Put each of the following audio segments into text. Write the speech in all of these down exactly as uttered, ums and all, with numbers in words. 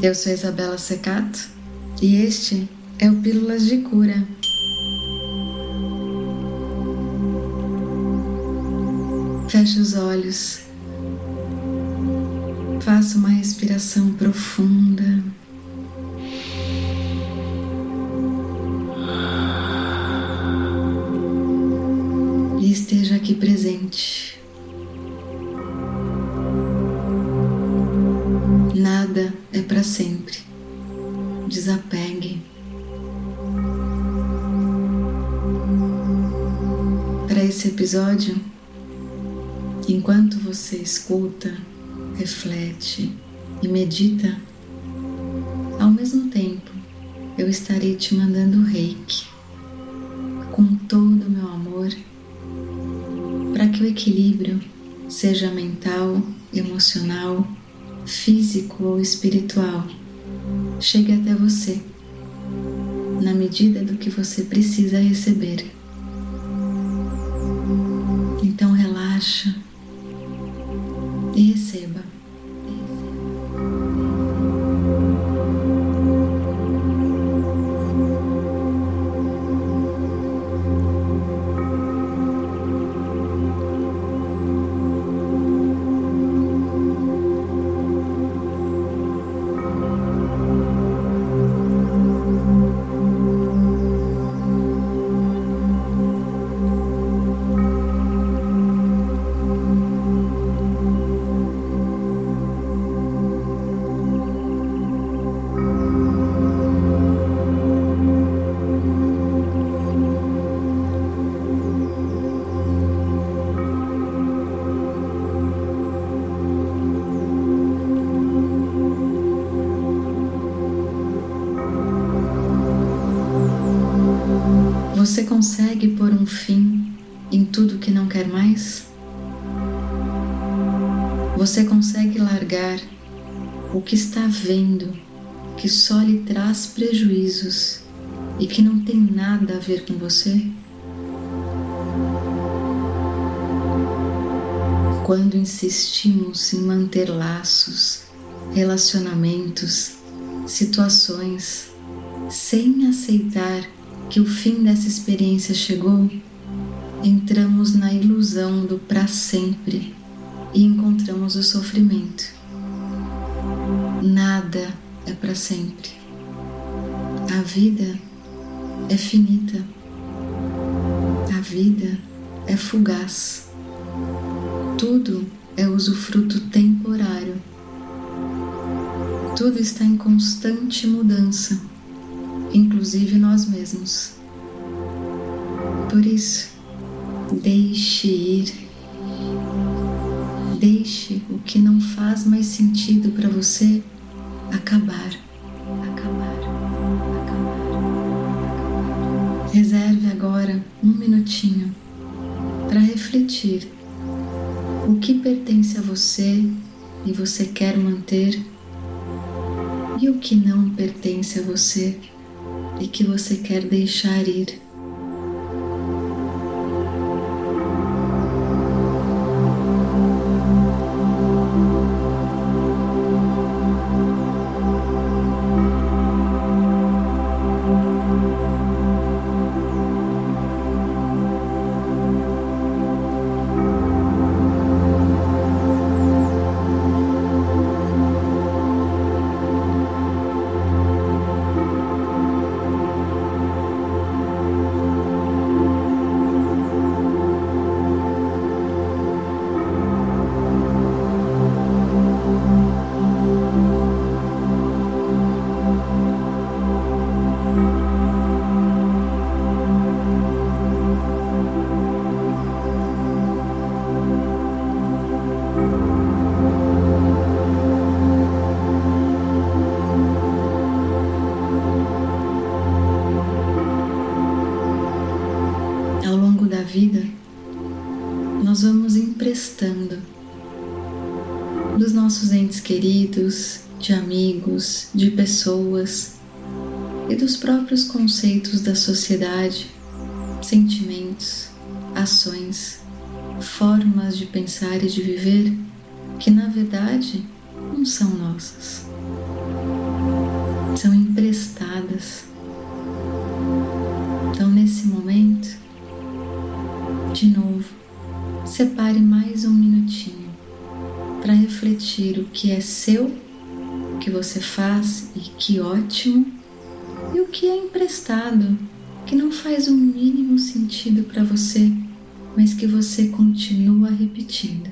Eu sou Isabela Secato e este é o Pílulas de Cura. Feche os olhos, faça uma respiração profunda. E esteja aqui presente. Nada é para sempre. Desapegue. Para esse episódio, enquanto você escuta, reflete e medita, ao mesmo tempo eu estarei te mandando reiki com todo o meu amor para que o equilíbrio, seja mental, emocional, físico ou espiritual, chegue até você na medida do que você precisa receber. Então relaxa e receba. Você consegue pôr um fim em tudo que não quer mais? Você consegue largar o que está vendo que só lhe traz prejuízos e que não tem nada a ver com você? Quando insistimos em manter laços, relacionamentos, situações, sem aceitar que o fim dessa experiência chegou, entramos na ilusão do para sempre e encontramos o sofrimento. Nada é para sempre. A vida é finita. A vida é fugaz. Tudo é usufruto temporário. Tudo está em constante mudança, inclusive nós mesmos. Por isso, deixe ir. Deixe o que não faz mais sentido para você acabar. Acabar. Acabar. Reserve agora um minutinho para refletir o que pertence a você e você quer manter e o que não pertence a você e que você quer deixar ir. vida, nós vamos emprestando dos nossos entes queridos, de amigos, de pessoas e dos próprios conceitos da sociedade, sentimentos, ações, formas de pensar e de viver que na verdade não são nossas. são emprestadas. Então, nesse momento, de novo, separe mais um minutinho para refletir o que é seu, o que você faz e que ótimo, e o que é emprestado, que não faz o mínimo sentido para você, mas que você continua repetindo.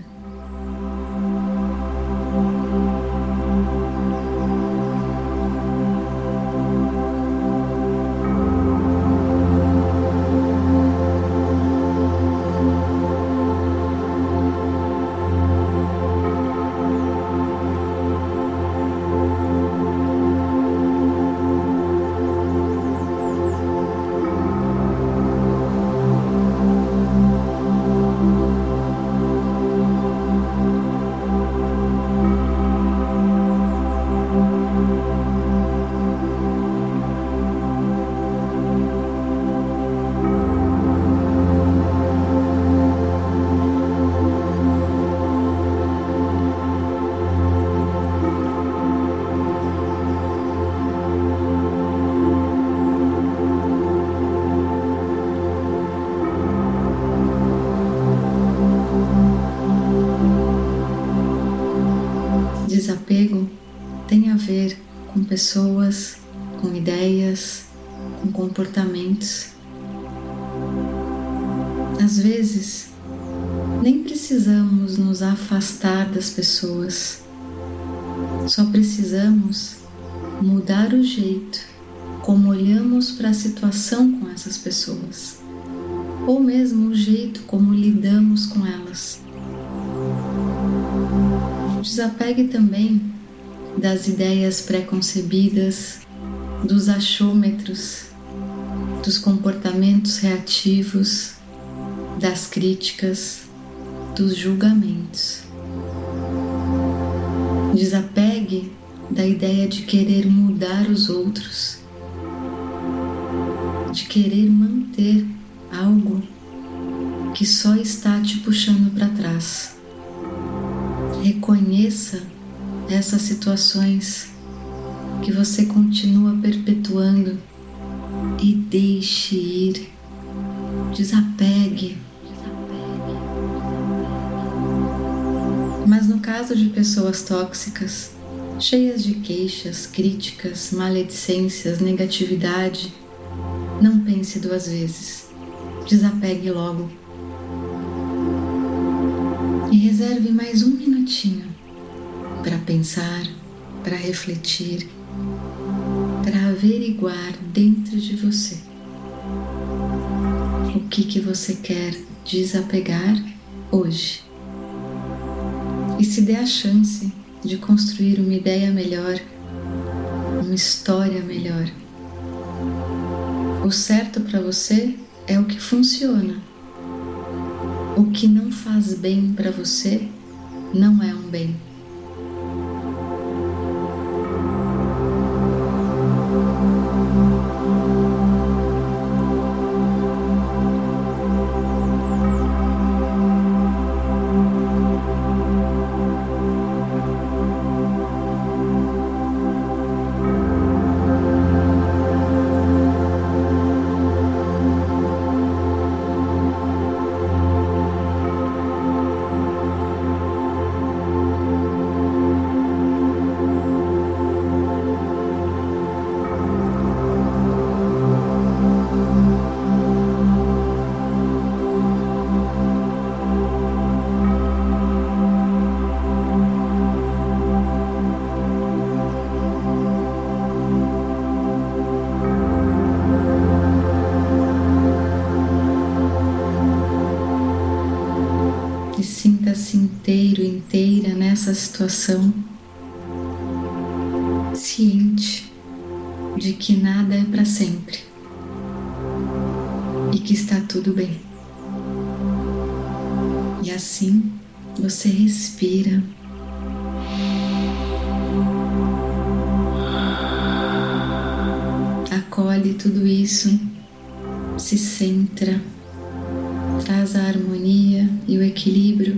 Desapego tem a ver com pessoas, com ideias, com comportamentos. Às vezes, nem precisamos nos afastar das pessoas, só precisamos mudar o jeito como olhamos para a situação com essas pessoas, ou mesmo o jeito como lidamos com elas. Desapegue também das ideias pré-concebidas, dos achômetros, dos comportamentos reativos, das críticas, dos julgamentos. Desapegue da ideia de querer mudar os outros, de querer manter algo que só está te puxando para trás. Reconheça essas situações que você continua perpetuando e deixe ir. Desapegue. Mas no caso de pessoas tóxicas, cheias de queixas, críticas, maledicências, negatividade, não pense duas vezes. Desapegue logo. E reserve mais um minutinho para pensar, para refletir, para averiguar dentro de você o que que você quer desapegar hoje. E se dê a chance de construir uma ideia melhor, uma história melhor. O certo para você é o que funciona. O que não faz bem para você não é um bem. Sinta-se inteiro, inteira nessa situação, ciente de que nada é para sempre e que está tudo bem. E assim você respira, acolhe tudo isso, se centra, traz a harmonia e o equilíbrio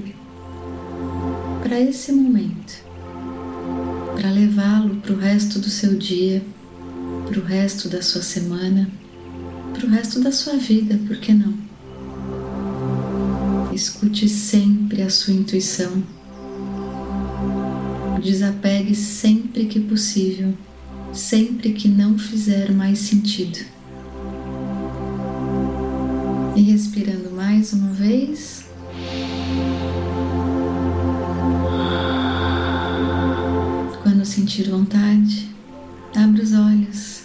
para esse momento, para levá-lo para o resto do seu dia para o resto da sua semana, para o resto da sua vida, por que não? Escute sempre a sua intuição. Desapegue sempre que possível, sempre que não fizer mais sentido. E respirando mais uma vez. Quando sentir vontade, abra os olhos.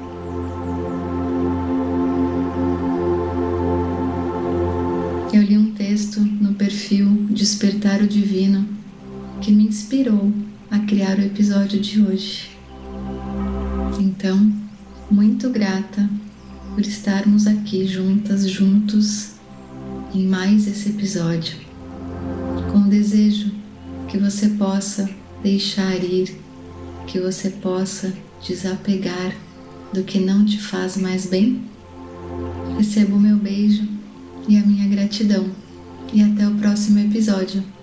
Eu li um texto no perfil Despertar o Divino que me inspirou a criar o episódio de hoje. Então, muito grata por estarmos aqui juntas, juntos, em mais esse episódio, com o desejo que você possa deixar ir, que você possa desapegar do que não te faz mais bem. Receba o meu beijo e a minha gratidão, e até o próximo episódio.